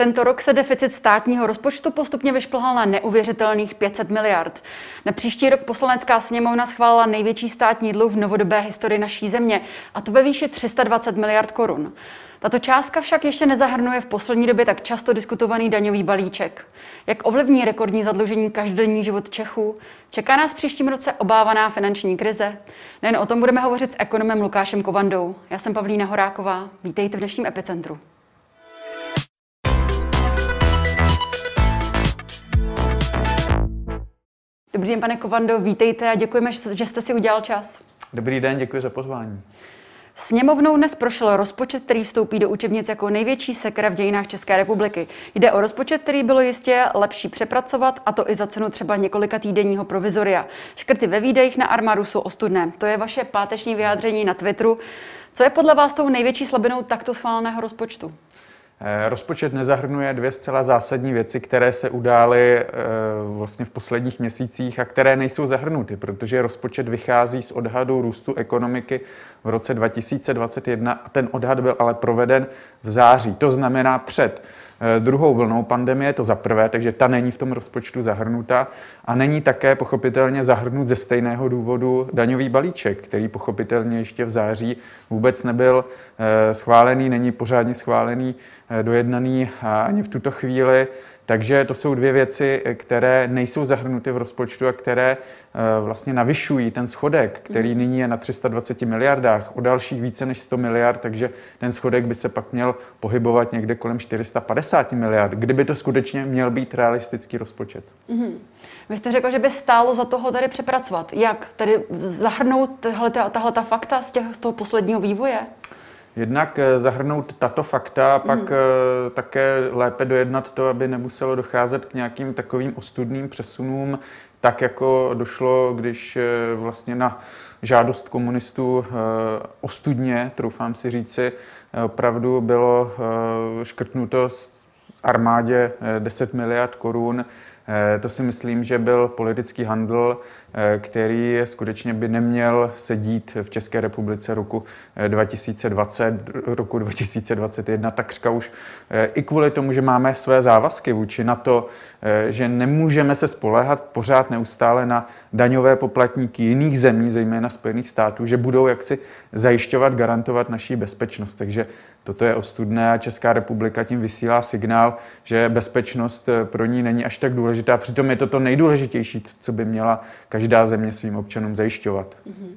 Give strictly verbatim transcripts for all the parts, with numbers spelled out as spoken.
Tento rok se deficit státního rozpočtu postupně vyšplhal na neuvěřitelných pět set miliard. Na příští rok Poslanecká sněmovna schválila největší státní dluh v novodobé historii naší země, a to ve výši tři sta dvacet miliard korun. Tato částka však ještě nezahrnuje v poslední době tak často diskutovaný daňový balíček. Jak ovlivní rekordní zadlužení každodenní život Čechů? Čeká nás v příštím roce obávaná finanční krize? Nejen o tom budeme hovořit s ekonomem Lukášem Kovandou. Já jsem Pavlína Horáková. Vítejte v dnešním Epicentru. Dobrý den, pane Kovando, vítejte a děkujeme, že jste si udělal čas. Dobrý den, děkuji za pozvání. Sněmovnou dnes prošel rozpočet, který vstoupí do učebnic jako největší sekera v dějinách České republiky. Jde o rozpočet, který bylo jistě lepší přepracovat, a to i za cenu třeba několika týdenního provizoria. Škrty ve výdejích na armádu jsou ostudné. To je vaše páteční vyjádření na Twitteru. Co je podle vás tou největší slabinou takto schváleného rozpočtu? Rozpočet nezahrnuje dvě zcela zásadní věci, které se udály vlastně v posledních měsících a které nejsou zahrnuty, protože rozpočet vychází z odhadu růstu ekonomiky v roce dva tisíce dvacet jedna a ten odhad byl ale proveden v září. To znamená před druhou vlnou pandemie, to za prvé, takže ta není v tom rozpočtu zahrnuta a není také pochopitelně zahrnut ze stejného důvodu daňový balíček, který pochopitelně ještě v září vůbec nebyl schválený, není pořádně schválený, dojednaný ani v tuto chvíli. Takže to jsou dvě věci, které nejsou zahrnuty v rozpočtu a které vlastně navyšují ten schodek, který nyní je na tři sta dvacet miliardách, o dalších více než sto miliard, takže ten schodek by se pak měl pohybovat někde kolem čtyři sta padesát miliard, kdyby to skutečně měl být realistický rozpočet. Mm-hmm. Vy jste řekl, že by stálo za toho tady přepracovat. Jak? Tedy zahrnout tahle ta fakta z, těch, z toho posledního vývoje? Jednak zahrnout tato fakta a pak mm. také lépe dojednat to, aby nemuselo docházet k nějakým takovým ostudným přesunům, tak jako došlo, když vlastně na žádost komunistů ostudně, troufám si říci, opravdu bylo škrtnuto armádě deset miliard korun. To si myslím, že byl politický handl, který skutečně by neměl se dít v České republice roku dva tisíce dvacet, roku dva tisíce dvacet jedna, takřka už i kvůli tomu, že máme své závazky vůči NATO, že nemůžeme se spoléhat pořád neustále na daňové poplatníky jiných zemí, zejména Spojených států, že budou jaksi zajišťovat, garantovat naší bezpečnost. Takže toto je ostudné a Česká republika tím vysílá signál, že bezpečnost pro ní není až tak důležitá. Přitom je to to nejdůležitější, co by měla každá země svým občanům zajišťovat.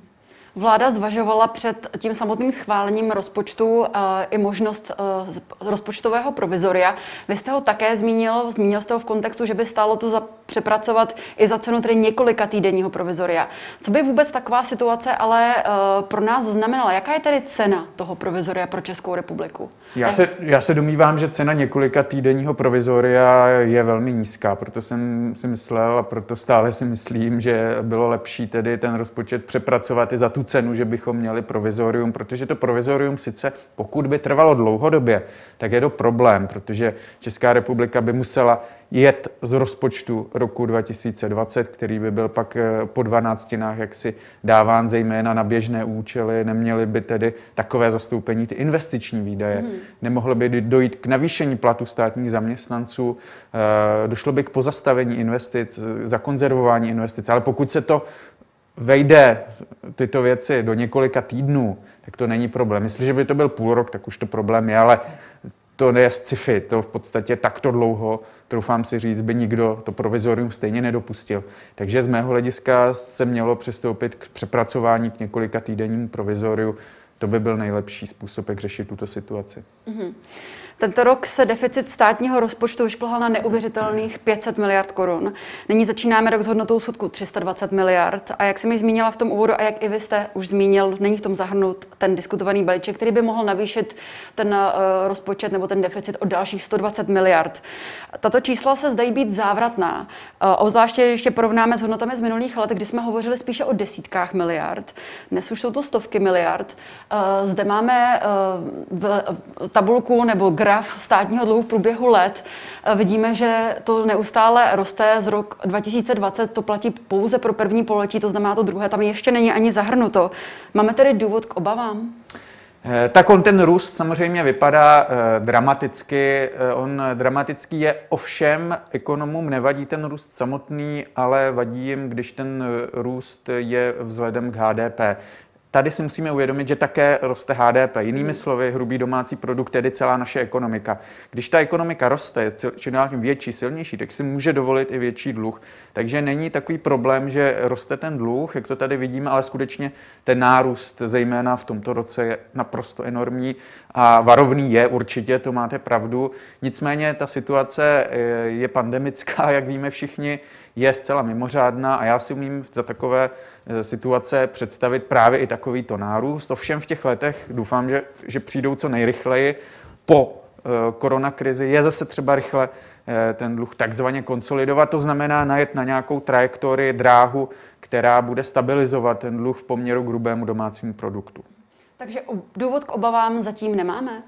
Vláda zvažovala před tím samotným schválením rozpočtu uh, i možnost uh, rozpočtového provizoria. Vy jste ho také zmínil, zmínil jste ho v kontextu, že by stálo to za přepracovat i za cenu tedy několika týdenního provizoria. Co by vůbec taková situace ale uh, pro nás znamenala? Jaká je tedy cena toho provizoria pro Českou republiku? Já se, já se domnívám, že cena několika týdenního provizoria je velmi nízká, proto jsem si myslel a proto stále si myslím, že bylo lepší tedy ten rozpočet přepracovat i za tu cenu, že bychom měli provizorium, protože to provizorium sice, pokud by trvalo dlouhodobě, tak je to problém, protože Česká republika by musela jet z rozpočtu roku dva tisíce dvacet, který by byl pak po dvanáctinách jaksi dáván zejména na běžné účely, neměly by tedy takové zastoupení ty investiční výdaje, hmm. nemohlo by dojít k navýšení platu státních zaměstnanců, došlo by k pozastavení investic, zakonzervování investic, ale pokud se to vejde tyto věci do několika týdnů, tak to není problém. Jestliže by to byl půl rok, tak už to problém je, ale to je sci-fi, to v podstatě takto dlouho, troufám si říct, by nikdo to provizorium stejně nedopustil. Takže z mého hlediska se mělo přistoupit k přepracování k několika týdennímu provizoriu. To by byl nejlepší způsob, jak řešit tuto situaci. Mm-hmm. Tento rok se deficit státního rozpočtu vyšplhal na neuvěřitelných pět set miliard korun. Nyní začínáme rok s hodnotou schodku tři sta dvacet miliard. A jak jsem ji zmínila v tom úvodu a jak i vy jste už zmínil, není v tom zahrnut ten diskutovaný balíček, který by mohl navýšit ten uh, rozpočet nebo ten deficit o dalších sto dvacet miliard. Tato čísla se zdají být závratná. Uh, obzvláště, když ještě porovnáme s hodnotami z minulých let, kdy jsme hovořili spíše o desítkách miliard. Dnes už jsou to stovky miliard. Uh, zde máme uh, v, tabulku nebo graf státního dluhu v průběhu let. Vidíme, že to neustále roste. Z rok dva tisíce dvacet to platí pouze pro první pololetí, to znamená to druhé, tam ještě není ani zahrnuto. Máme tedy důvod k obavám? Tak on ten růst samozřejmě vypadá eh, dramaticky. On dramatický je, ovšem ekonomům nevadí ten růst samotný, ale vadí jim, když ten růst je vzhledem k H D P. Tady si musíme uvědomit, že také roste H D P. Jinými slovy, hrubý domácí produkt, tedy celá naše ekonomika. Když ta ekonomika roste, je čím dál tím větší, silnější, tak si může dovolit i větší dluh. Takže není takový problém, že roste ten dluh, jak to tady vidíme, ale skutečně ten nárůst, zejména v tomto roce, je naprosto enormní a varovný je určitě, to máte pravdu. Nicméně ta situace je pandemická, jak víme všichni, je zcela mimořádná a já si umím za takové situace představit právě i takovýto nárůst. Ovšem v těch letech doufám, že, že přijdou co nejrychleji po koronakrizi. Je zase třeba rychle ten dluh takzvaně konsolidovat, to znamená najet na nějakou trajektorii, dráhu, která bude stabilizovat ten dluh v poměru k hrubému domácímu produktu. Takže důvod k obavám zatím nemáme?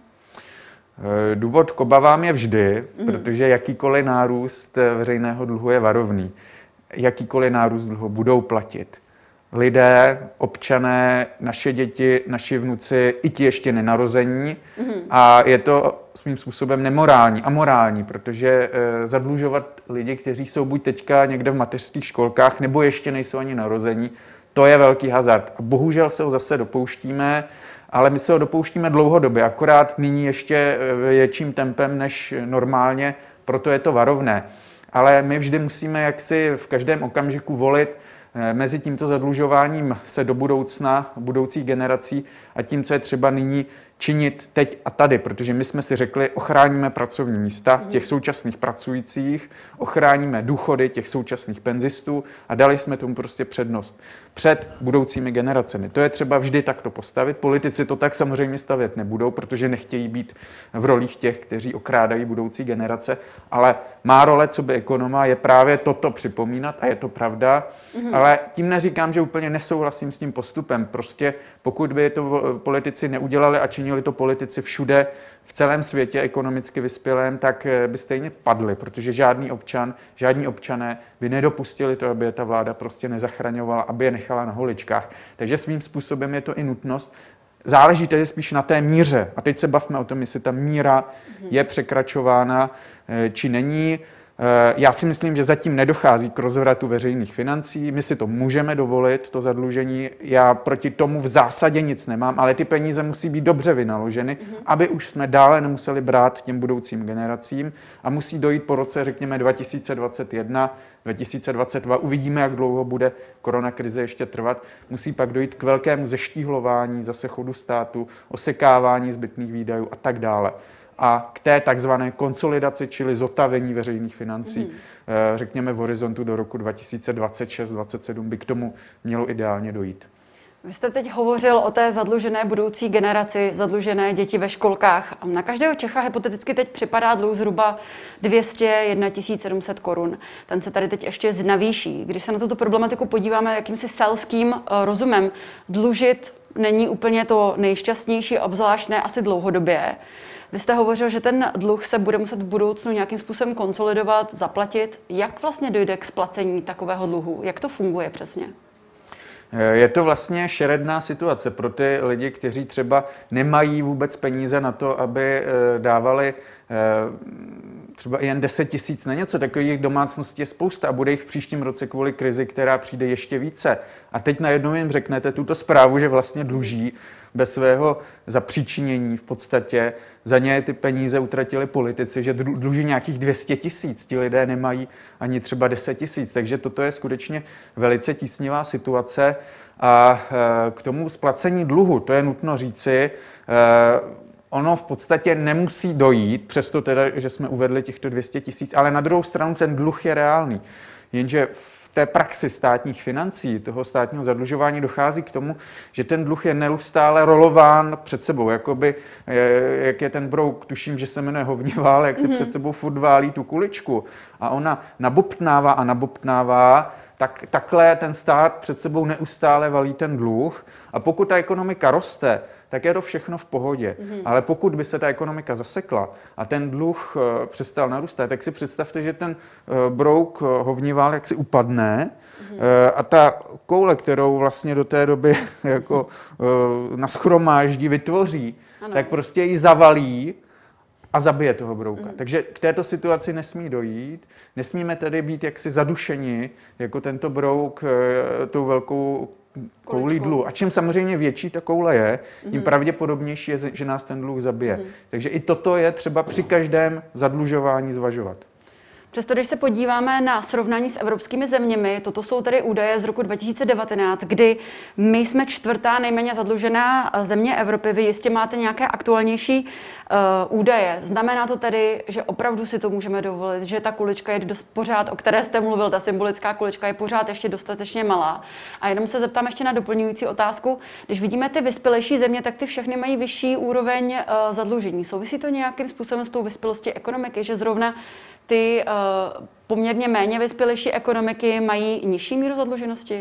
Důvod k obavám je vždy, mm. protože jakýkoliv nárůst veřejného dluhu je varovný. Jakýkoliv nárůst dluhu budou platit lidé, občané, naše děti, naši vnuci, i ti ještě nenarození. Mm. A je to svým způsobem nemorální, amorální, protože e, zadlužovat lidi, kteří jsou buď teďka někde v mateřských školkách, nebo ještě nejsou ani narození, to je velký hazard. A bohužel se ho zase dopouštíme, ale my se ho dopouštíme dlouhodobě, akorát nyní ještě větším tempem než normálně, proto je to varovné. Ale my vždy musíme jaksi v každém okamžiku volit mezi tímto zadlužováním se do budoucna, budoucích generací a tím, co je třeba nyní činit teď a tady, protože my jsme si řekli, ochráníme pracovní místa těch současných pracujících, ochráníme důchody těch současných penzistů a dali jsme tomu prostě přednost před budoucími generacemi. To je třeba vždy takto postavit. Politici to tak samozřejmě stavět nebudou, protože nechtějí být v rolích těch, kteří okrádají budoucí generace, ale má role, co by ekonoma, je právě toto připomínat a je to pravda, mm-hmm. ale tím neříkám, že úplně nesouhlasím s tím postupem. Prostě pokud by to politici neudělali a činili to politici všude v celém světě ekonomicky vyspělém, tak by stejně padli, protože žádný občan, žádní občané by nedopustili to, aby je ta vláda prostě nezachraňovala, aby je nechala na holičkách. Takže svým způsobem je to i nutnost. Záleží tedy spíš na té míře. A teď se bavme o tom, jestli ta míra je překračována, či není. Já si myslím, že zatím nedochází k rozvratu veřejných financí. My si to můžeme dovolit, to zadlužení. Já proti tomu v zásadě nic nemám, ale ty peníze musí být dobře vynaloženy, mm-hmm. aby už jsme dále nemuseli brát těm budoucím generacím a musí dojít po roce, řekněme, dva tisíce dvacet jedna, dva tisíce dvacet dva. Uvidíme, jak dlouho bude koronakrize ještě trvat. Musí pak dojít k velkému zeštíhlování zase chodu státu, osekávání zbytných výdajů a tak dále. A k té takzvané konsolidaci, čili zotavení veřejných financí, mm. řekněme v horizontu do roku dva tisíce dvacet šest dvacet sedm by k tomu mělo ideálně dojít. Vy jste teď hovořil o té zadlužené budoucí generaci, zadlužené děti ve školkách. Na každého Čecha hypoteticky teď připadá dluh zhruba dvě stě jedna tisíc sedm set korun. Ten se tady teď ještě navýší. Když se na tuto problematiku podíváme jakýmsi selským rozumem, dlužit není úplně to nejšťastnější, obzvlášť ne asi dlouhodobě. Vy jste hovořil, že ten dluh se bude muset v budoucnu nějakým způsobem konsolidovat, zaplatit. Jak vlastně dojde k splacení takového dluhu? Jak to funguje přesně? Je to vlastně šeredná situace pro ty lidi, kteří třeba nemají vůbec peníze na to, aby dávali třeba jen deset tisíc na něco. Takových domácností je spousta a bude jich v příštím roce kvůli krizi, která přijde ještě více. A teď najednou jim řeknete tuto zprávu, že vlastně dluží bez svého zapříčinění v podstatě. Za ně ty peníze utratili politici, že dluží nějakých dvě stě tisíc. Ti lidé nemají ani třeba deset tisíc. Takže toto je skutečně velice tísnivá situace. A k tomu splacení dluhu, to je nutno říci, ono v podstatě nemusí dojít, přesto teda, že jsme uvedli těchto dvě stě tisíc, ale na druhou stranu ten dluh je reálný. Jenže v té praxi státních financí, toho státního zadlužování dochází k tomu, že ten dluh je neustále rolován před sebou, jakoby, jak je ten brouk, tuším, že se jmenuje hovňovál, jak se mm-hmm. před sebou furt válí tu kuličku a ona nabobtnává a nabobtnává, tak takhle ten stát před sebou neustále valí ten dluh a pokud ta ekonomika roste, tak je to všechno v pohodě. Mm-hmm. Ale pokud by se ta ekonomika zasekla a ten dluh uh, přestal narůstat, tak si představte, že ten uh, brouk uh, hovnival jak si upadne mm-hmm. uh, a ta koule, kterou vlastně do té doby jako uh, nashromáždí, vytvoří, ano. tak prostě ji zavalí a zabije toho brouka. Mm. Takže k této situaci nesmí dojít. Nesmíme tedy být jaksi zadušeni, jako tento brouk, e, tou velkou koulí dluhu. A čím samozřejmě větší ta koule je, tím mm. pravděpodobnější je, že nás ten dluh zabije. Mm. Takže i toto je třeba při každém zadlužování zvažovat. Přesto, když se podíváme na srovnání s evropskými zeměmi, toto jsou tedy údaje z roku dva tisíce devatenáct, kdy my jsme čtvrtá nejméně zadlužená země Evropy. Vy jistě máte nějaké aktuálnější uh, údaje. Znamená to tedy, že opravdu si to můžeme dovolit, že ta kulička je dost pořád, o které jste mluvil, ta symbolická kulička je pořád ještě dostatečně malá. A jenom se zeptám ještě na doplňující otázku. Když vidíme ty vyspělejší země, tak ty všechny mají vyšší úroveň uh, zadlužení. Souvisí to nějakým způsobem s tou vyspělostí ekonomiky, že zrovna ty uh, poměrně méně vyspělejší ekonomiky mají nižší míru zadluženosti?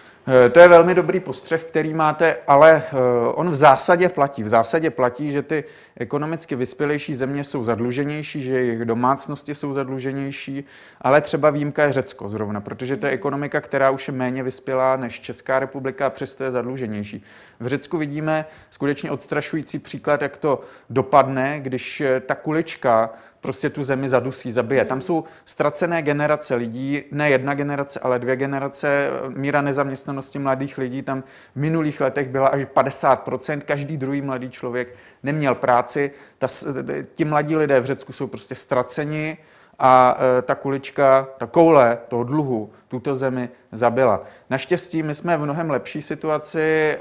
To je velmi dobrý postřeh, který máte, ale on v zásadě platí. V zásadě platí, že ty ekonomicky vyspělejší země jsou zadluženější, že jejich domácnosti jsou zadluženější, ale třeba výjimka je Řecko zrovna, protože to je ekonomika, která už je méně vyspělá než Česká republika a přesto je zadluženější. V Řecku vidíme skutečně odstrašující příklad, jak to dopadne, když ta kulička prostě tu zemi zadusí, zabije. Tam jsou ztracené generace lidí, ne jedna generace, ale dvě generace. Míra nezaměstnanosti mladých lidí tam v minulých letech byla až padesát procent. Každý druhý mladý člověk neměl práci. Ta, ti mladí lidé v Řecku jsou prostě ztraceni a e, ta kulička, ta koule toho dluhu tuto zemi zabila. Naštěstí my jsme v mnohem lepší situaci. E,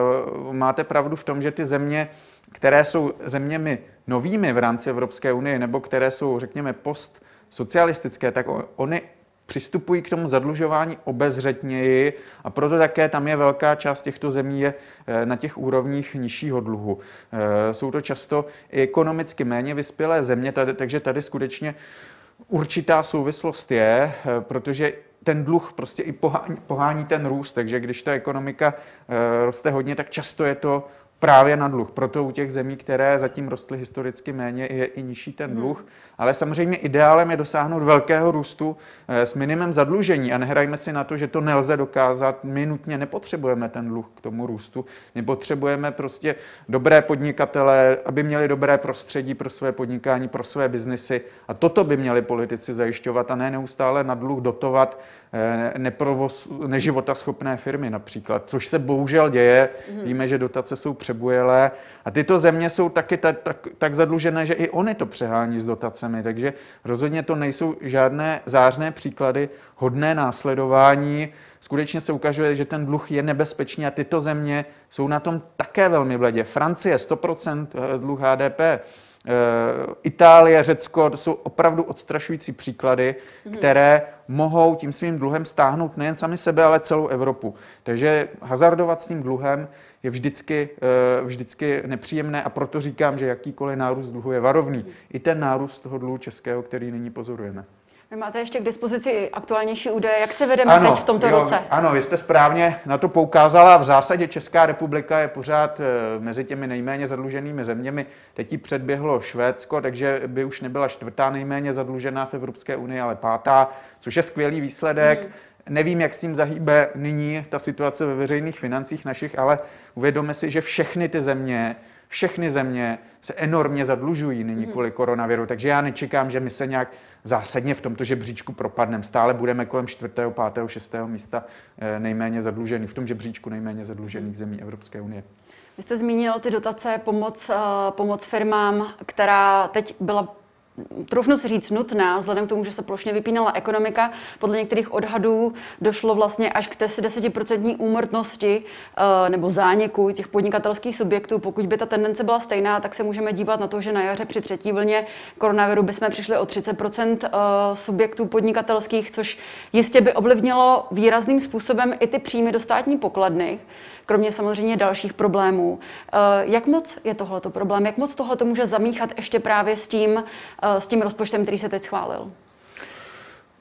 máte pravdu v tom, že ty země, které jsou zeměmi novými v rámci Evropské unie, nebo které jsou, řekněme, postsocialistické, tak oni přistupují k tomu zadlužování obezřetněji a proto také tam je velká část těchto zemí je na těch úrovních nižšího dluhu. Jsou to často i ekonomicky méně vyspělé země, tady, takže tady skutečně určitá souvislost je, protože ten dluh prostě i pohání, pohání ten růst, takže když ta ekonomika roste hodně, tak často je to právě na dluh. Proto u těch zemí, které zatím rostly historicky méně, je i nižší ten dluh. Hmm. Ale samozřejmě ideálem je dosáhnout velkého růstu s minimem zadlužení. A nehrajme si na to, že to nelze dokázat. My nutně nepotřebujeme ten dluh k tomu růstu. My potřebujeme prostě dobré podnikatele, aby měli dobré prostředí pro své podnikání, pro své biznesy. A toto by měli politici zajišťovat a ne neustále na dluh dotovat neprovoz, neživotaschopné firmy například, což se bohužel děje. Hmm. Víme, že dotace jsou přebujelé a tyto země jsou taky tak, tak, tak zadlužené, že i oni to přehání s dotacemi, takže rozhodně to nejsou žádné zářné příklady hodné následování. Skutečně se ukazuje, že ten dluh je nebezpečný a tyto země jsou na tom také velmi bledě. Francie sto procent dluh H D P, Itálie, Řecko, to jsou opravdu odstrašující příklady, hmm. které mohou tím svým dluhem stáhnout nejen sami sebe, ale celou Evropu. Takže hazardovat s tím dluhem je vždycky, vždycky nepříjemné a proto říkám, že jakýkoliv nárůst dluhu je varovný. I ten nárůst toho dluhu českého, který nyní pozorujeme. Vy máte ještě k dispozici aktuálnější údaje, jak se vedeme ano, teď v tomto jo, roce? Ano, vy jste správně na to poukázala. V zásadě Česká republika je pořád mezi těmi nejméně zadluženými zeměmi. Teď ji předběhlo Švédsko, takže by už nebyla čtvrtá nejméně zadlužená v Evropské unii, ale pátá, což je skvělý výsledek. Hmm. Nevím, jak s tím zahýbe nyní ta situace ve veřejných financích našich, ale uvědomme si, že všechny ty země, všechny země se enormně zadlužují nyní kvůli koronaviru, takže já nečekám, že my se nějak zásadně v tomto žebříčku propadneme. Stále budeme kolem čtvrtého, pátého, šestého místa nejméně zadlužený, v tom žebříčku nejméně zadlužených zemí Evropské unie. Vy jste zmínil ty dotace, pomoc, pomoc firmám, která teď byla, troufnu si říct, nutná, vzhledem k tomu, že se plošně vypínala ekonomika. Podle některých odhadů došlo vlastně až k té desetiprocentní úmrtnosti nebo zániku těch podnikatelských subjektů. Pokud by ta tendence byla stejná, tak se můžeme dívat na to, že na jaře při třetí vlně koronaviru bychom přišli o třicet procent subjektů podnikatelských, což jistě by ovlivnilo výrazným způsobem i ty příjmy do státní pokladny, kromě samozřejmě dalších problémů. Jak moc je tohleto problém? Jak moc tohleto může zamíchat ještě právě s tím, s tím rozpočtem, který se teď schválil?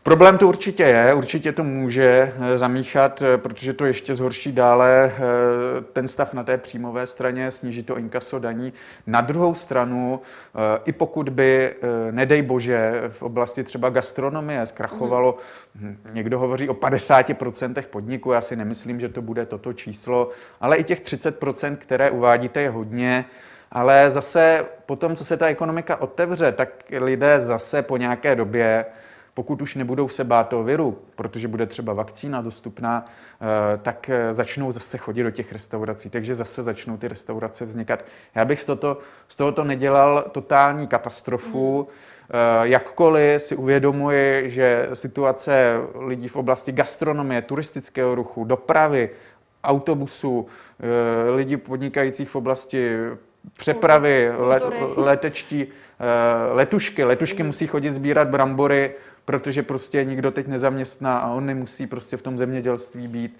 Problém to určitě je, určitě to může zamíchat, protože to ještě zhorší dále ten stav na té příjmové straně, sníží to inkaso daní. Na druhou stranu, i pokud by, nedej bože, v oblasti třeba gastronomie zkrachovalo, mm. někdo hovoří o padesáti procentech podniků, já si nemyslím, že to bude toto číslo, ale i těch třicet procent, které uvádíte, je hodně. Ale zase potom, co se ta ekonomika otevře, tak lidé zase po nějaké době, pokud už nebudou se bát toho viru, protože bude třeba vakcína dostupná, tak začnou zase chodit do těch restaurací, takže zase začnou ty restaurace vznikat. Já bych z, toto, z tohoto nedělal totální katastrofu, mm. jakkoliv si uvědomuji, že situace lidí v oblasti gastronomie, turistického ruchu, dopravy, autobusů, lidí podnikajících v oblasti přepravy, let, letečtí, letušky. Letušky musí chodit sbírat brambory, protože prostě nikdo teď nezaměstná a on nemusí prostě v tom zemědělství být,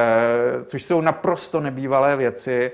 což jsou naprosto nebývalé věci,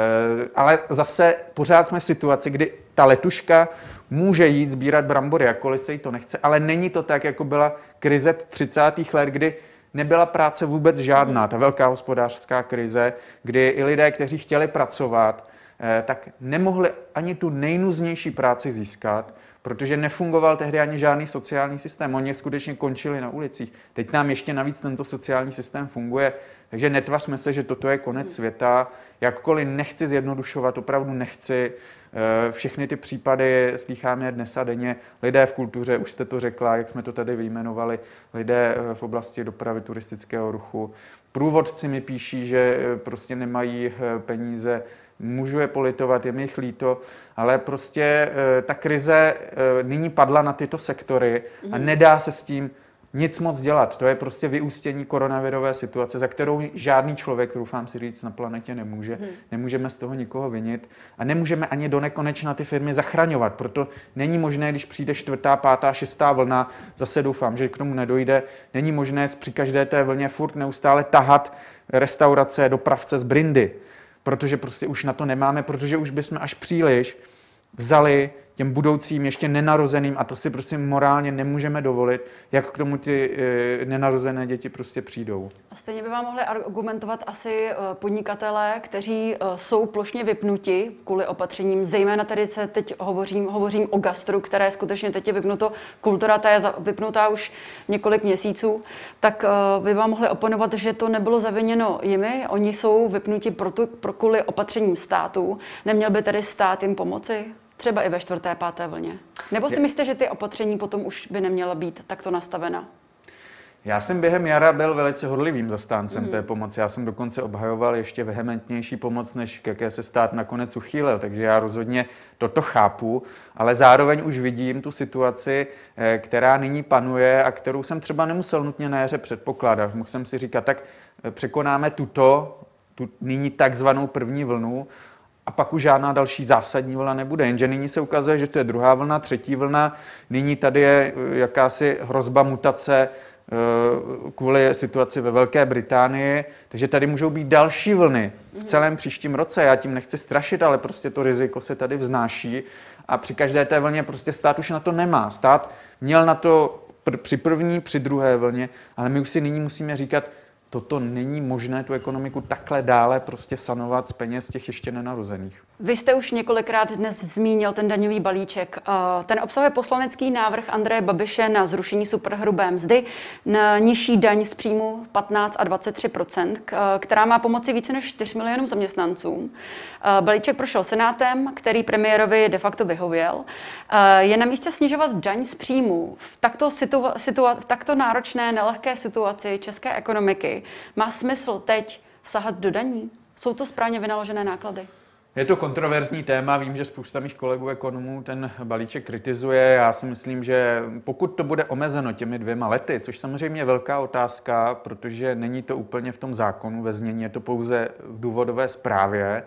ale zase pořád jsme v situaci, kdy ta letuška může jít sbírat brambory, jakkoliv se jí to nechce, ale není to tak, jako byla krize třicátých let, kdy nebyla práce vůbec žádná, ta velká hospodářská krize, kdy i lidé, kteří chtěli pracovat, tak nemohli ani tu nejnuznější práci získat, protože nefungoval tehdy ani žádný sociální systém. Oni skutečně končili na ulicích. Teď nám ještě navíc tento sociální systém funguje, takže netvařme se, že toto je konec světa. Jakkoliv nechci zjednodušovat, opravdu nechci. Všechny ty případy slýcháme dnes a denně. Lidé v kultuře, už jste to řekla, jak jsme to tady vyjmenovali, lidé v oblasti dopravy, turistického ruchu. Průvodci mi píší, že prostě nemají peníze. Můžu je politovat, je mi jich líto, ale prostě ta krize nyní padla na tyto sektory a nedá se s tím nic moc dělat. To je prostě vyústění koronavirové situace, za kterou žádný člověk, doufám si říct, na planetě nemůže. Hmm. Nemůžeme z toho nikoho vinit a nemůžeme ani do nekonečna ty firmy zachraňovat. Proto není možné, když přijde čtvrtá, pátá, šestá vlna, zase doufám, že k tomu nedojde, není možné při každé té vlně furt neustále tahat restaurace, dopravce z brindy, protože prostě už na to nemáme, protože už bychom až příliš vzali těm budoucím ještě nenarozeným, a to si prostě morálně nemůžeme dovolit, jak k tomu ty e, nenarozené děti prostě přijdou. A stejně by vám mohli argumentovat asi podnikatelé, kteří jsou plošně vypnuti kvůli opatřením, zejména tady se teď hovořím, hovořím o gastru, které skutečně teď je vypnuto, kultura ta je vypnutá už několik měsíců, tak by vám mohli oponovat, že to nebylo zaviněno jimi, oni jsou vypnuti pro tu, pro kvůli opatřením státu, neměl by tedy stát jim pomoci? Třeba i ve čtvrté, páté vlně. Nebo si myslíte, že ty opatření potom už by neměla být takto nastavena? Já jsem během jara byl velice horlivým zastáncem mm. té pomoci. Já jsem dokonce obhajoval ještě vehementnější pomoc, než k jaké se stát nakonec uchýlil. Takže já rozhodně toto chápu, ale zároveň už vidím tu situaci, která nyní panuje a kterou jsem třeba nemusel nutně na jaře předpokládat. Mohl jsem si říkat, tak překonáme tuto, tu nyní takzvanou první vlnu, a pak už žádná další zásadní vlna nebude. Jenže nyní se ukazuje, že to je druhá vlna, třetí vlna. Nyní tady je jakási hrozba mutace kvůli situaci ve Velké Británii. Takže tady můžou být další vlny v celém příštím roce. Já tím nechci strašit, ale prostě to riziko se tady vznáší. A při každé té vlně prostě stát už na to nemá. Stát měl na to pr- při první, při druhé vlně, ale my už si nyní musíme říkat, toto není možné tu ekonomiku takhle dále prostě sanovat z peněz těch ještě nenarozených. Vy jste už několikrát dnes zmínil ten daňový balíček. Ten obsahuje poslanecký návrh Andreje Babiše na zrušení superhrubé mzdy, na nižší daň z příjmu patnáct a dvacet tři procent, která má pomoci více než čtyři milionům zaměstnancům. Balíček prošel Senátem, který premiérovi de facto vyhověl. Je na místě snižovat daň z příjmu v takto, situa- situa- v takto náročné, nelehké situaci české ekonomiky. Má smysl teď sahat do daní? Jsou to správně vynaložené náklady? Je to kontroverzní téma, vím, že spousta mých kolegů ekonomů ten balíček kritizuje. Já si myslím, že pokud to bude omezeno těmi dvěma lety, což samozřejmě je velká otázka, protože není to úplně v tom zákonu ve znění, je to pouze v důvodové zprávě,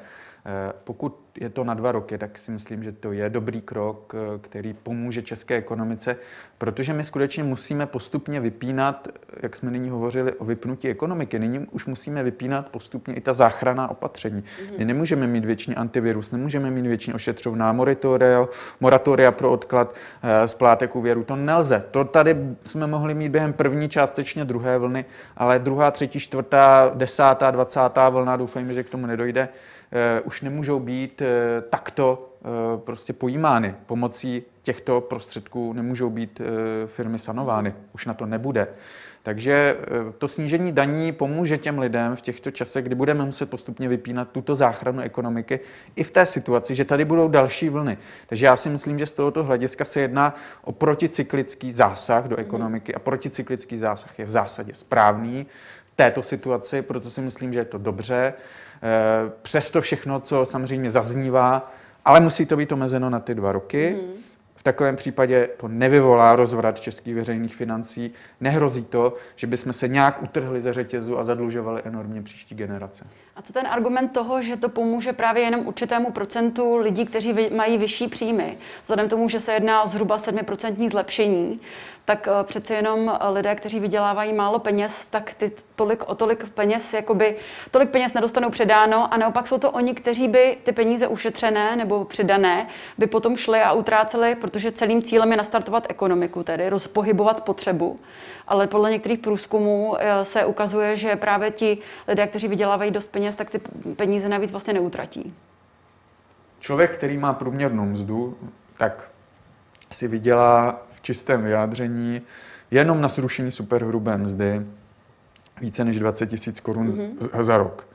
Pokud je to na dva roky, tak si myslím, že to je dobrý krok, který pomůže české ekonomice, protože my skutečně musíme postupně vypínat, jak jsme nyní hovořili o vypnutí ekonomiky, nyní už musíme vypínat postupně i ta záchranná opatření. My nemůžeme mít věčný antivirus, nemůžeme mít věčný ošetřovná, moratoria, moratoria pro odklad splátek úvěru. To nelze. To tady jsme mohli mít během první, částečně druhé vlny, ale druhá, třetí, čtvrtá, desátá, dvacátá vlna, doufejme, že k tomu nedojde, už nemůžou být takto prostě pojímány. Pomocí těchto prostředků nemůžou být firmy sanovány. Už na to nebude. Takže to snížení daní pomůže těm lidem v těchto časech, kdy budeme muset postupně vypínat tuto záchranu ekonomiky i v té situaci, že tady budou další vlny. Takže já si myslím, že z tohoto hlediska se jedná o proticyklický zásah do ekonomiky a proticyklický zásah je v zásadě správný v této situaci, proto si myslím, že je to dobře. Přesto všechno, co samozřejmě zaznívá, ale musí to být omezeno na ty dva roky. Hmm. V takovém případě to nevyvolá rozvrat českých veřejných financí. Nehrozí to, že bychom se nějak utrhli ze řetězu a zadlužovali enormně příští generace. A co ten argument toho, že to pomůže právě jenom určitému procentu lidí, kteří mají vyšší příjmy, vzhledem tomu, že se jedná o zhruba sedm procent zlepšení, tak přece jenom lidé, kteří vydělávají málo peněz, tak ty tolik o tolik peněz, jakoby tolik peněz nedostanou předáno a naopak jsou to oni, kteří by ty peníze ušetřené nebo přidané by potom šli a utráceli, protože celým cílem je nastartovat ekonomiku, tedy rozpohybovat spotřebu. Ale podle některých průzkumů se ukazuje, že právě ti lidé, kteří vydělávají dost peněz, tak ty peníze navíc vlastně neutratí. Člověk, který má průměrnou mzdu, tak si vydělá v čistém vyjádření jenom na zrušení superhrubé mzdy více než dvacet tisíc korun mm-hmm. za rok.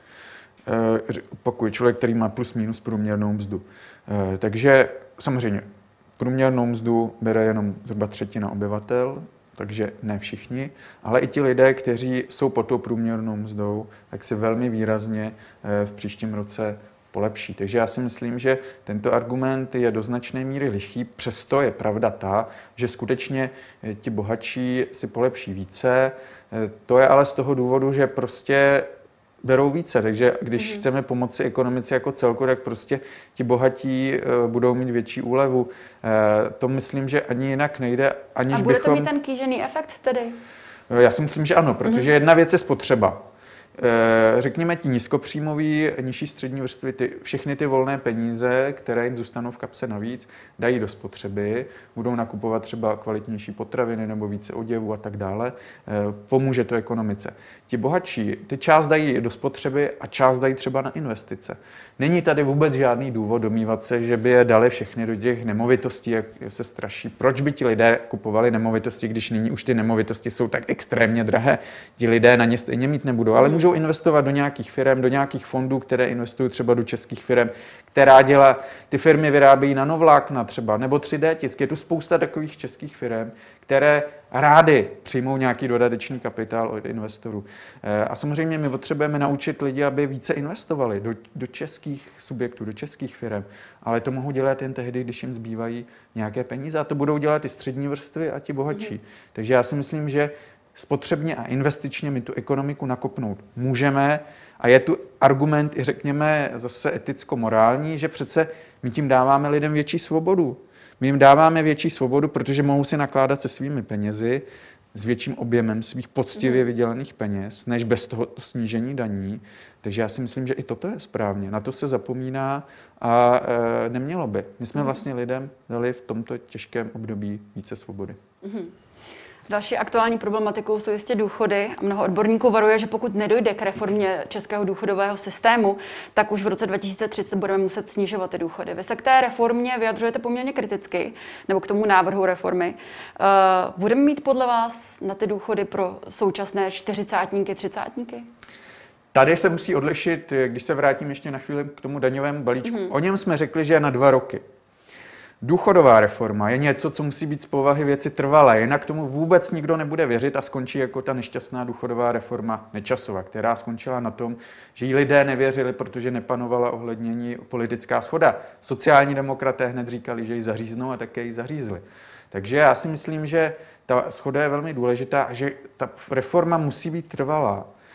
E, opakuju, člověk, který má plus minus průměrnou mzdu. E, takže samozřejmě průměrnou mzdu bere jenom zhruba třetina obyvatel, takže ne všichni, ale i ti lidé, kteří jsou pod tou průměrnou mzdou, tak si velmi výrazně v příštím roce polepší. Takže já si myslím, že tento argument je do značné míry lichý, přesto je pravda ta, že skutečně ti bohatší si polepší více. To je ale z toho důvodu, že prostě berou více, takže když mm. chceme pomoci ekonomice jako celku, tak prostě ti bohatí uh, budou mít větší úlevu. Uh, to myslím, že ani jinak nejde, aniž bychom... A bude bychom... to mít ten kýžený efekt tedy? Uh, já si myslím, že ano, protože mm. jedna věc je spotřeba. Řekněme ti nízkopříjmoví, nižší střední vrstvy, ty, všechny ty volné peníze, které jim zůstanou v kapse navíc, dají do spotřeby, budou nakupovat třeba kvalitnější potraviny nebo více oděvů a tak dále. Pomůže to ekonomice. Ti bohatší, ty část dají do spotřeby a část dají třeba na investice. Není tady vůbec žádný důvod domnívat se, že by je dali všechny do těch nemovitostí, jak se straší. Proč by ti lidé kupovali nemovitosti, když nyní už ty nemovitosti jsou tak extrémně drahé? Ti lidé na ně stejně mít nebudou, ale můžou investovat do nějakých firm, do nějakých fondů, které investují třeba do českých firm, která dělá, ty firmy vyrábějí nanovlákna třeba, nebo tři dé tisk. Je tu spousta takových českých firm, které rády přijmou nějaký dodatečný kapitál od investorů. A samozřejmě my potřebujeme naučit lidi, aby více investovali do, do českých subjektů, do českých firm, ale to mohou dělat jen tehdy, když jim zbývají nějaké peníze a to budou dělat i střední vrstvy a ti bohatší. Mm. Takže já si myslím, že spotřebně a investičně my tu ekonomiku nakopnout můžeme a je tu argument i řekněme zase eticko-morální, že přece my tím dáváme lidem větší svobodu. My jim dáváme větší svobodu, protože mohou si nakládat se svými penězi, s větším objemem svých poctivě vydělaných peněz, než bez toho snížení daní. Takže já si myslím, že i toto je správně. Na to se zapomíná a e, nemělo by. My jsme vlastně lidem dali v tomto těžkém období více svobody. Mm-hmm. Další aktuální problematikou jsou jistě důchody. Mnoho odborníků varuje, že pokud nedojde k reformě českého důchodového systému, tak už v roce dva tisíce třicet budeme muset snižovat ty důchody. Vy se k té reformě vyjadřujete poměrně kriticky, nebo k tomu návrhu reformy. Budeme mít podle vás na ty důchody pro současné čtyřicátníky, třicátníky? Tady se musí odlišit, když se vrátím ještě na chvíli k tomu daňovému balíčku. Mm-hmm. O něm jsme řekli, že je na dva roky. Důchodová reforma je něco, co musí být z povahy věci trvalé, jinak tomu vůbec nikdo nebude věřit a skončí jako ta nešťastná důchodová reforma Nečasova, která skončila na tom, že jí lidé nevěřili, protože nepanovala ohledně politická shoda. Sociální demokraté hned říkali, že ji zaříznou a také ji zařízli. Takže já si myslím, že ta shoda je velmi důležitá a že ta reforma musí být trvalá.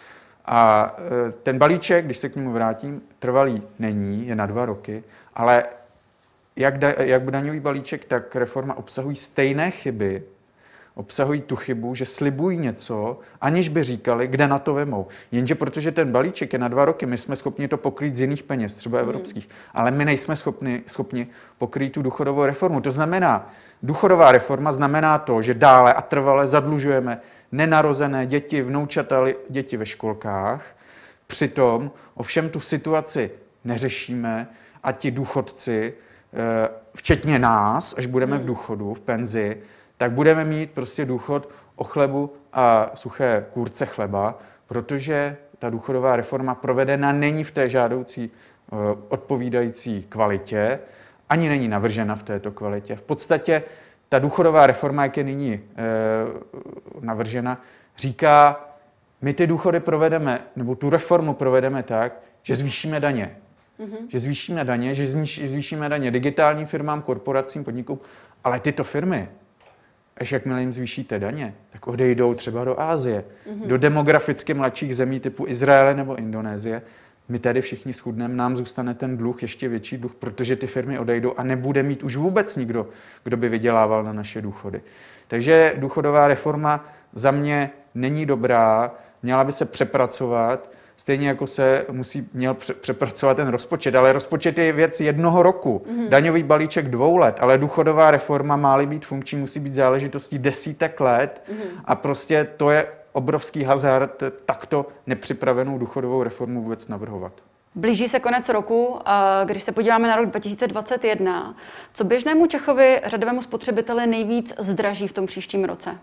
A ten balíček, když se k němu vrátím, trvalý není, je na dva roky, ale jak, da, jak daňový balíček, tak reforma obsahují stejné chyby, obsahují tu chybu, že slibují něco, aniž by říkali, kde na to vemou. Jenže protože ten balíček je na dva roky, my jsme schopni to pokrýt z jiných peněz, třeba evropských, hmm. ale my nejsme schopni, schopni pokrýt tu důchodovou reformu. To znamená, důchodová reforma znamená to, že dále a trvale zadlužujeme nenarozené děti, vnoučata, děti ve školkách. Přitom ovšem tu situaci neřešíme a ti důchodci, včetně nás, až budeme v důchodu, v penzi, tak budeme mít prostě důchod o chlebu a suché kůrce chleba, protože ta důchodová reforma provedena není v té žádoucí odpovídající kvalitě, ani není navržena v této kvalitě. V podstatě ta důchodová reforma, jak je nyní navržena, říká, my ty důchody provedeme, nebo tu reformu provedeme tak, že zvýšíme daně. Mm-hmm. Že zvýšíme daně, že zvýšíme daně digitálním firmám, korporacím, podnikům, ale tyto firmy, až jakmile jim zvýšíte daně, tak odejdou třeba do Asie, mm-hmm. do demograficky mladších zemí typu Izraele nebo Indonésie. My tady všichni schudneme, nám zůstane ten dluh, ještě větší dluh, protože ty firmy odejdou a nebude mít už vůbec nikdo, kdo by vydělával na naše důchody. Takže důchodová reforma za mě není dobrá, měla by se přepracovat, stejně jako se musí, měl přepracovat ten rozpočet, ale rozpočet je věc jednoho roku, mm-hmm. daňový balíček dvou let, ale důchodová reforma má-li být funkční, musí být záležitostí desítek let mm-hmm. a prostě to je obrovský hazard takto nepřipravenou důchodovou reformu vůbec navrhovat. Blíží se konec roku a když se podíváme na rok dva tisíce dvacet jedna, co běžnému Čechovi, řadovému spotřebiteli nejvíc zdraží v tom příštím roce?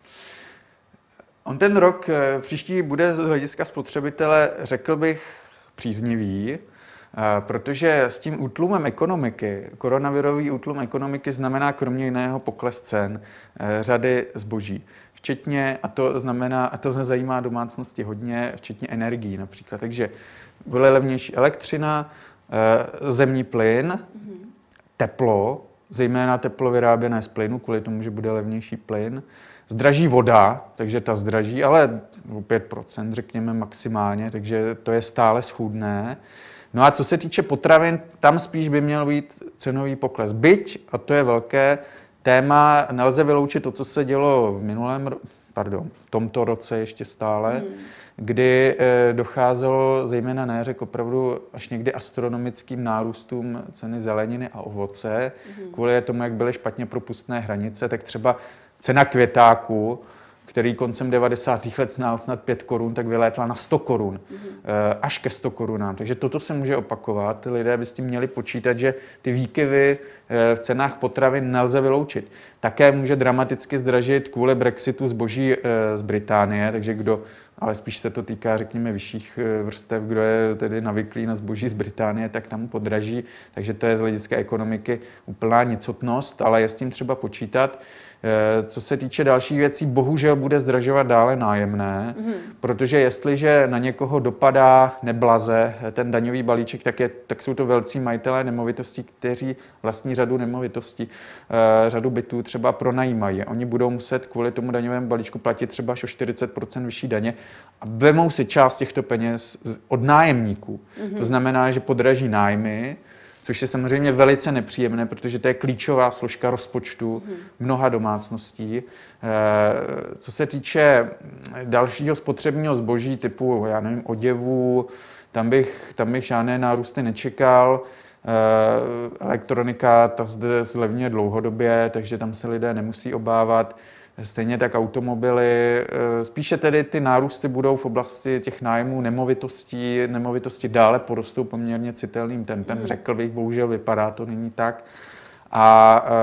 On ten rok příští bude z hlediska spotřebitele, řekl bych, příznivý, protože s tím útlumem ekonomiky, koronavirový útlum ekonomiky znamená kromě jiného pokles cen řady zboží. Včetně, a to znamená, a to zajímá domácnosti hodně, včetně energií například. Takže bude levnější elektřina, zemní plyn, teplo, zejména teplo vyráběné z plynu, kvůli tomu, že bude levnější plyn. Zdraží voda, takže ta zdraží, ale o pět procent řekněme maximálně, takže to je stále schůdné. No a co se týče potravin, tam spíš by měl být cenový pokles. Byť, a to je velké téma, nelze vyloučit to, co se dělo v minulém, pardon, v tomto roce ještě stále, hmm. kdy docházelo zejména na jaře k opravdu až někdy astronomickým nárůstům ceny zeleniny a ovoce. Hmm. Kvůli tomu, jak byly špatně propustné hranice, tak třeba cena květáku, který koncem devadesátých let stál snad pět korun, tak vylétla na sto korun, mm-hmm. až ke sto korunám. Takže toto se může opakovat. Lidé by s tím měli počítat, že ty výkyvy v cenách potravin nelze vyloučit. Také může dramaticky zdražit kvůli Brexitu zboží z Británie, takže kdo, ale spíš se to týká, řekněme, vyšších vrstev, kdo je tedy navyklý na zboží z Británie, tak tam podraží. Takže to je z hlediska ekonomiky úplná nicotnost, ale je s tím třeba počítat. Co se týče dalších věcí, bohužel bude zdražovat dále nájemné, mm. protože jestliže na někoho dopadá neblaze ten daňový balíček, tak, je, tak jsou to velcí majitelé nemovitostí, kteří vlastní řadu nemovitostí, řadu bytů třeba pronajímají. Oni budou muset kvůli tomu daňovému balíčku platit třeba až o čtyřicet procent vyšší daně a vemou si část těchto peněz od nájemníků. Mm. To znamená, že podraží nájmy, což je samozřejmě velice nepříjemné, protože to je klíčová složka rozpočtu mnoha domácností. Co se týče dalšího spotřebního zboží typu, já nevím, oděvů, tam bych, tam bych žádné nárůsty nečekal. Elektronika, ta zde zlevňuje dlouhodobě, takže tam se lidé nemusí obávat. Stejně tak automobily. Spíše tedy ty nárůsty budou v oblasti těch nájmů nemovitostí. Nemovitosti dále porostou poměrně citelným tempem. Hmm. Řekl bych, bohužel vypadá to není tak. A e,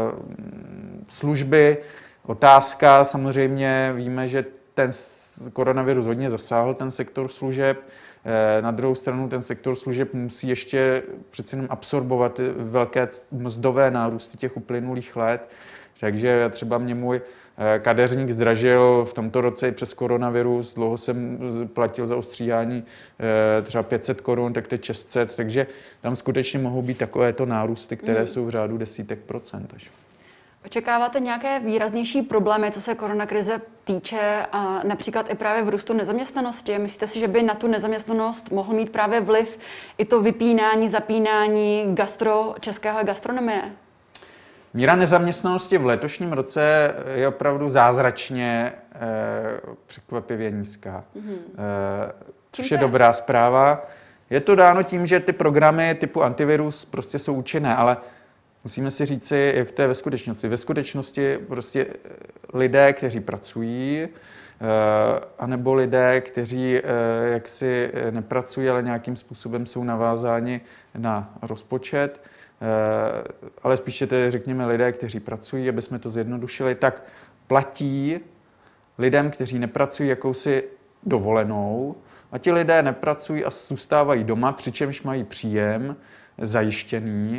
služby, otázka, samozřejmě víme, že ten koronavirus hodně zasáhl ten sektor služeb. E, na druhou stranu ten sektor služeb musí ještě přece jenom absorbovat velké mzdové nárůsty těch uplynulých let. Takže třeba mě můj kadeřník zdražil v tomto roce i přes koronavirus, dlouho jsem platil za ostříhání třeba pět set korun, tak teď šest set, takže tam skutečně mohou být takovéto nárůsty, které mm. jsou v řádu desítek procent až. Očekáváte nějaké výraznější problémy, co se koronakrize týče, a například i právě v růstu nezaměstnanosti? Myslíte si, že by na tu nezaměstnanost mohl mít právě vliv i to vypínání, zapínání gastro, českého gastronomie? Míra nezaměstnanosti v letošním roce je opravdu zázračně eh, překvapivě nízká. Mm-hmm. Eh, což je dobrá zpráva. Je to dáno tím, že ty programy typu antivirus prostě jsou účinné, ale musíme si říci, jak to je ve skutečnosti. Ve skutečnosti prostě lidé, kteří pracují, anebo lidé, kteří jaksi nepracují, ale nějakým způsobem jsou navázáni na rozpočet, ale spíše tedy řekněme lidé, kteří pracují, aby jsme to zjednodušili, tak platí lidem, kteří nepracují, jakousi dovolenou, a ti lidé nepracují a zůstávají doma, přičemž mají příjem zajištěný.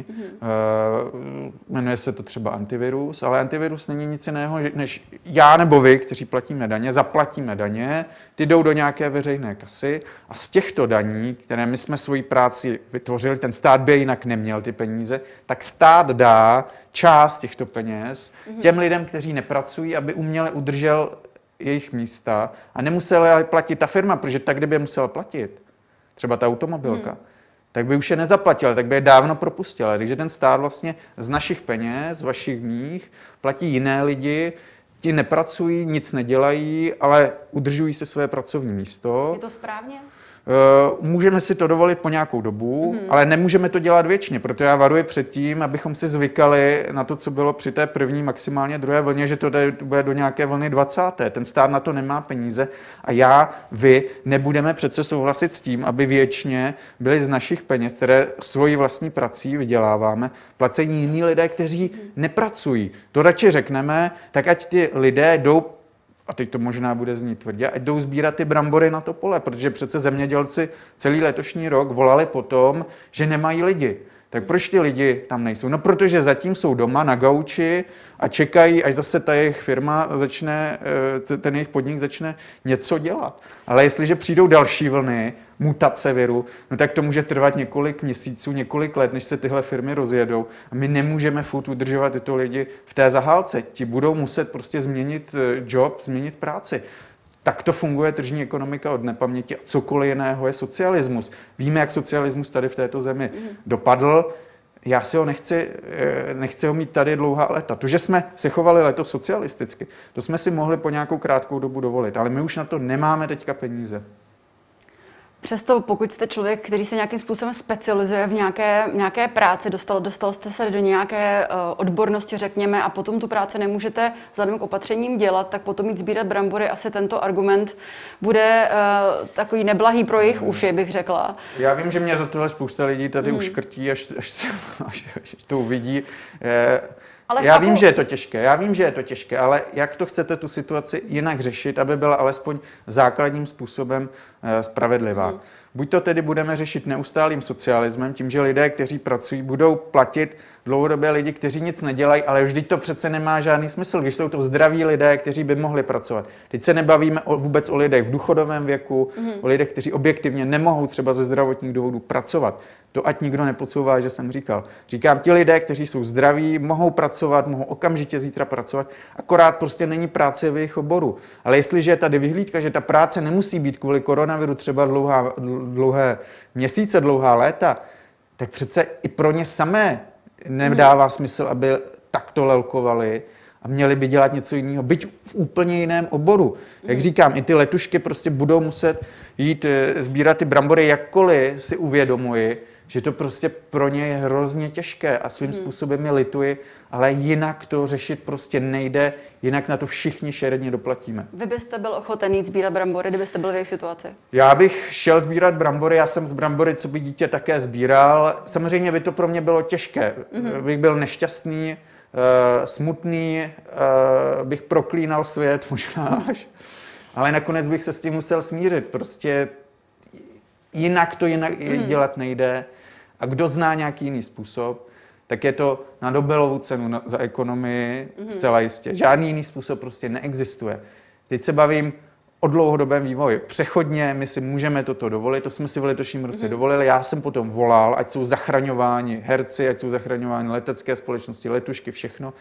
Mm-hmm. Jmenuje se to třeba antivirus, ale antivirus není nic jiného, než já nebo vy, kteří platíme daně, zaplatíme daně, ty jdou do nějaké veřejné kasy a z těchto daní, které my jsme svoji práci vytvořili, ten stát by jinak neměl ty peníze, tak stát dá část těchto peněz mm-hmm. těm lidem, kteří nepracují, aby uměle udržel jejich místa a nemusela platit ta firma, protože tak, kdyby je musela platit, třeba ta automobilka, hmm. tak by už je nezaplatila, tak by je dávno propustila. Takže ten stát vlastně z našich peněz, z vašich mých, platí jiné lidi, ti nepracují, nic nedělají, ale udržují si své pracovní místo. Je to správně? Můžeme si to dovolit po nějakou dobu, mm. ale nemůžeme to dělat věčně, proto já varuji před tím, abychom si zvykali na to, co bylo při té první, maximálně druhé vlně, že to bude do nějaké vlny dvacáté Ten stát na to nemá peníze a já, vy nebudeme přece souhlasit s tím, aby věčně byli z našich peněz, které svojí vlastní prací vyděláváme, placení jiní lidé, kteří mm. nepracují. To radši řekneme, tak ať ty lidé jdou, a teď to možná bude znít tvrdě, ať jdou sbírat ty brambory na to pole, protože přece zemědělci celý letošní rok volali po tom, že nemají lidi. Tak proč ty lidi tam nejsou? No protože zatím jsou doma na gauči a čekají, až zase ta jejich firma začne, ten jejich podnik začne něco dělat. Ale jestliže přijdou další vlny, mutace viru, no tak to může trvat několik měsíců, několik let, než se tyhle firmy rozjedou. A my nemůžeme furt udržovat tyto lidi v té zahálce. Ti budou muset prostě změnit job, změnit práci. Tak to funguje tržní ekonomika od nepaměti a cokoliv jiného je socialismus. Víme, jak socialismus tady v této zemi mm. dopadl. Já si ho nechci, nechci ho mít tady dlouhá léta. To, že jsme se chovali letos socialisticky, to jsme si mohli po nějakou krátkou dobu dovolit, ale my už na to nemáme teďka peníze. Přesto, pokud jste člověk, který se nějakým způsobem specializuje v nějaké, nějaké práci, dostal, dostal jste se do nějaké uh, odbornosti, řekněme, a potom tu práci nemůžete vzhledem k opatřením dělat, tak potom mít sbírat brambory, asi tento argument bude uh, takový neblahý pro jejich hmm. uši, bych řekla. Já vím, že mě za tohle spousta lidí tady hmm. uškrtí, až, až, až, až to uvidí. Eh, Ale já chápu... vím, že je to těžké, já vím, že je to těžké, ale jak to chcete tu situaci jinak řešit, aby byla alespoň základním způsobem e, spravedlivá? Hmm. Buď to tedy budeme řešit neustálým socialismem, tím, že lidé, kteří pracují, budou platit dlouhodobě lidi, kteří nic nedělají, ale vždyť to přece nemá žádný smysl, když jsou to zdraví lidé, kteří by mohli pracovat. Teď se nebavíme o, vůbec o lidech v důchodovém věku, hmm. o lidech, kteří objektivně nemohou třeba ze zdravotních důvodů pracovat. To ať nikdo nepodsouvá, že jsem říkal. Říkám, ti lidé, kteří jsou zdraví, mohou pracovat, mohou okamžitě zítra pracovat, akorát prostě není práce v jejich oboru. Ale jestliže je tady vyhlídka, že ta práce nemusí být kvůli koronaviru třeba dlouhá, dlouhé měsíce, dlouhá léta, tak přece i pro ně samé nedává hmm. smysl, aby takto lelkovali a měli by dělat něco jiného, byť v úplně jiném oboru. Hmm. Jak říkám, i ty letušky prostě budou muset jít sbírat ty brambory, jakkoliv si uvědomuji, že to prostě pro ně je hrozně těžké a svým hmm. způsobem je lituji, ale jinak to řešit prostě nejde, jinak na to všichni šeredně doplatíme. Vy byste byl ochoten jít sbírat brambory, kdybyste byl v jejich situaci? Já bych šel sbírat brambory, já jsem z brambory, co by dítě také sbíral. Samozřejmě by to pro mě bylo těžké, hmm. bych byl nešťastný, uh, smutný, uh, bych proklínal svět možná až, ale nakonec bych se s tím musel smířit, prostě jinak to jinak mm. dělat nejde. A kdo zná nějaký jiný způsob, tak je to na Nobelovu cenu na, za ekonomii mm. zcela jistě. Žádný jiný způsob prostě neexistuje. Teď se bavím o dlouhodobém vývoji. Přechodně my si můžeme toto dovolit, to jsme si v letošním roce mm. dovolili. Já jsem potom volal, ať jsou zachraňováni herci, ať jsou zachraňováni letecké společnosti, letušky, všechno.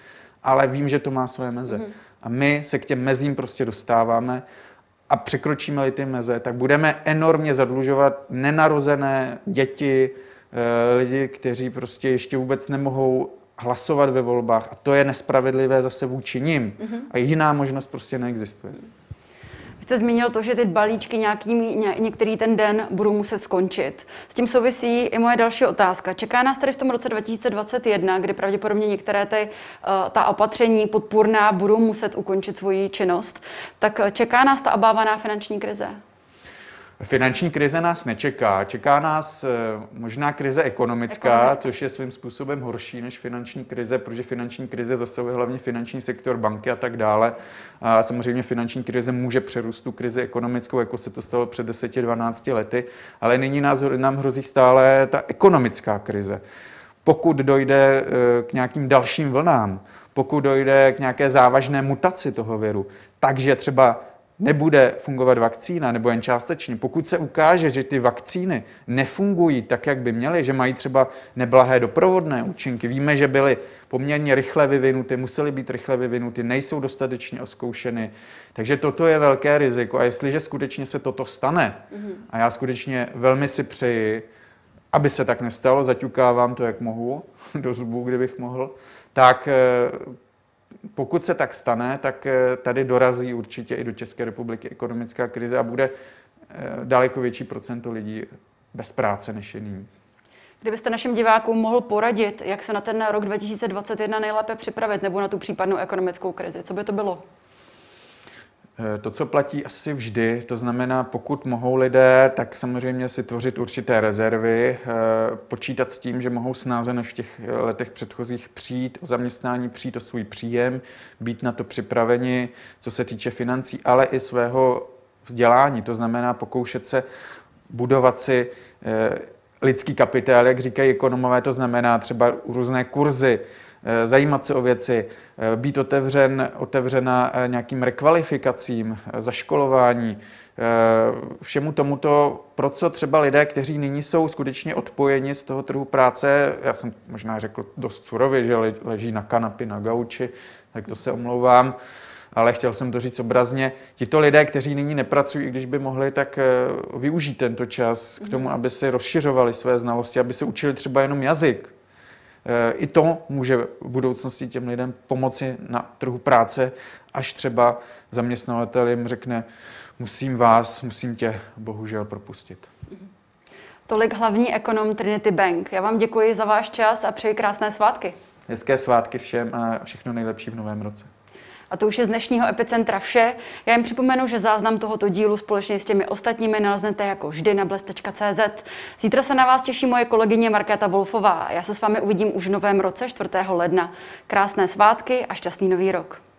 ale vím, že to má své meze. Mm. A my se k těm mezím prostě dostáváme a překročíme-li ty meze, tak budeme enormně zadlužovat nenarozené děti, lidi, kteří prostě ještě vůbec nemohou hlasovat ve volbách a to je nespravedlivé zase vůči nim. Mm-hmm. A jiná možnost prostě neexistuje. Vy jste zmínil to, že ty balíčky nějaký, ně, některý ten den budou muset skončit. S tím souvisí i moje další otázka. Čeká nás tady v tom roce dva tisíce dvacet jedna, kdy pravděpodobně některé ty, ta opatření podpůrná budou muset ukončit svoji činnost. Tak čeká nás ta obávaná finanční krize? Finanční krize nás nečeká. Čeká nás možná krize ekonomická, ekonomická, což je svým způsobem horší než finanční krize, protože finanční krize zasahuje hlavně finanční sektor, banky a tak dále. A samozřejmě finanční krize může přerůst tu krizi ekonomickou, jako se to stalo před deseti dvanácti lety, ale nyní nás, nám hrozí stále ta ekonomická krize. Pokud dojde k nějakým dalším vlnám, pokud dojde k nějaké závažné mutaci toho viru, takže třeba nebude fungovat vakcína, nebo jen částečně. Pokud se ukáže, že ty vakcíny nefungují tak, jak by měly, že mají třeba neblahé doprovodné účinky, víme, že byly poměrně rychle vyvinuty, musely být rychle vyvinuty, nejsou dostatečně oskoušeny. Takže toto je velké riziko. A jestliže skutečně se toto stane, mm-hmm. a já skutečně velmi si přeji, aby se tak nestalo, zaťukávám to, jak mohu, do zubů, kdybych mohl, tak pokud se tak stane, tak tady dorazí určitě i do České republiky ekonomická krize a bude daleko větší procento lidí bez práce, než je nyní. Kdybyste našim divákům mohl poradit, jak se na ten rok dva tisíce dvacet jedna nejlépe připravit nebo na tu případnou ekonomickou krizi, co by to bylo? To, co platí asi vždy, to znamená, pokud mohou lidé, tak samozřejmě si tvořit určité rezervy, počítat s tím, že mohou snáze než v těch letech předchozích přijít o zaměstnání, přijít o svůj příjem, být na to připraveni, co se týče financí, ale i svého vzdělání. To znamená pokoušet se budovat si lidský kapitál, jak říkají ekonomové, to znamená třeba různé kurzy, zajímat se o věci, být otevřen, otevřena nějakým rekvalifikacím, zaškolování, všemu tomuto, pro co třeba lidé, kteří nyní jsou skutečně odpojeni z toho trhu práce, já jsem možná řekl dost surově, že leží na kanapě, na gauči, tak to se omlouvám, ale chtěl jsem to říct obrazně. Tito lidé, kteří nyní nepracují, i když by mohli, tak využít tento čas k tomu, aby si rozšiřovali své znalosti, aby se učili třeba jenom jazyk. I to může v budoucnosti těm lidem pomoci na trhu práce, až třeba zaměstnavatel jim řekne, musím vás, musím tě bohužel propustit. Tolik hlavní ekonom Trinity Bank. Já vám děkuji za váš čas a přeji krásné svátky. Hezké svátky všem a všechno nejlepší v novém roce. A to už je z dnešního Epicentra vše. Já jim připomenu, že záznam tohoto dílu společně s těmi ostatními naleznete jako vždy na bles tečka cé zet. Zítra se na vás těší moje kolegyně Markéta Wolfová. Já se s vámi uvidím už v novém roce čtvrtého ledna. Krásné svátky a šťastný nový rok.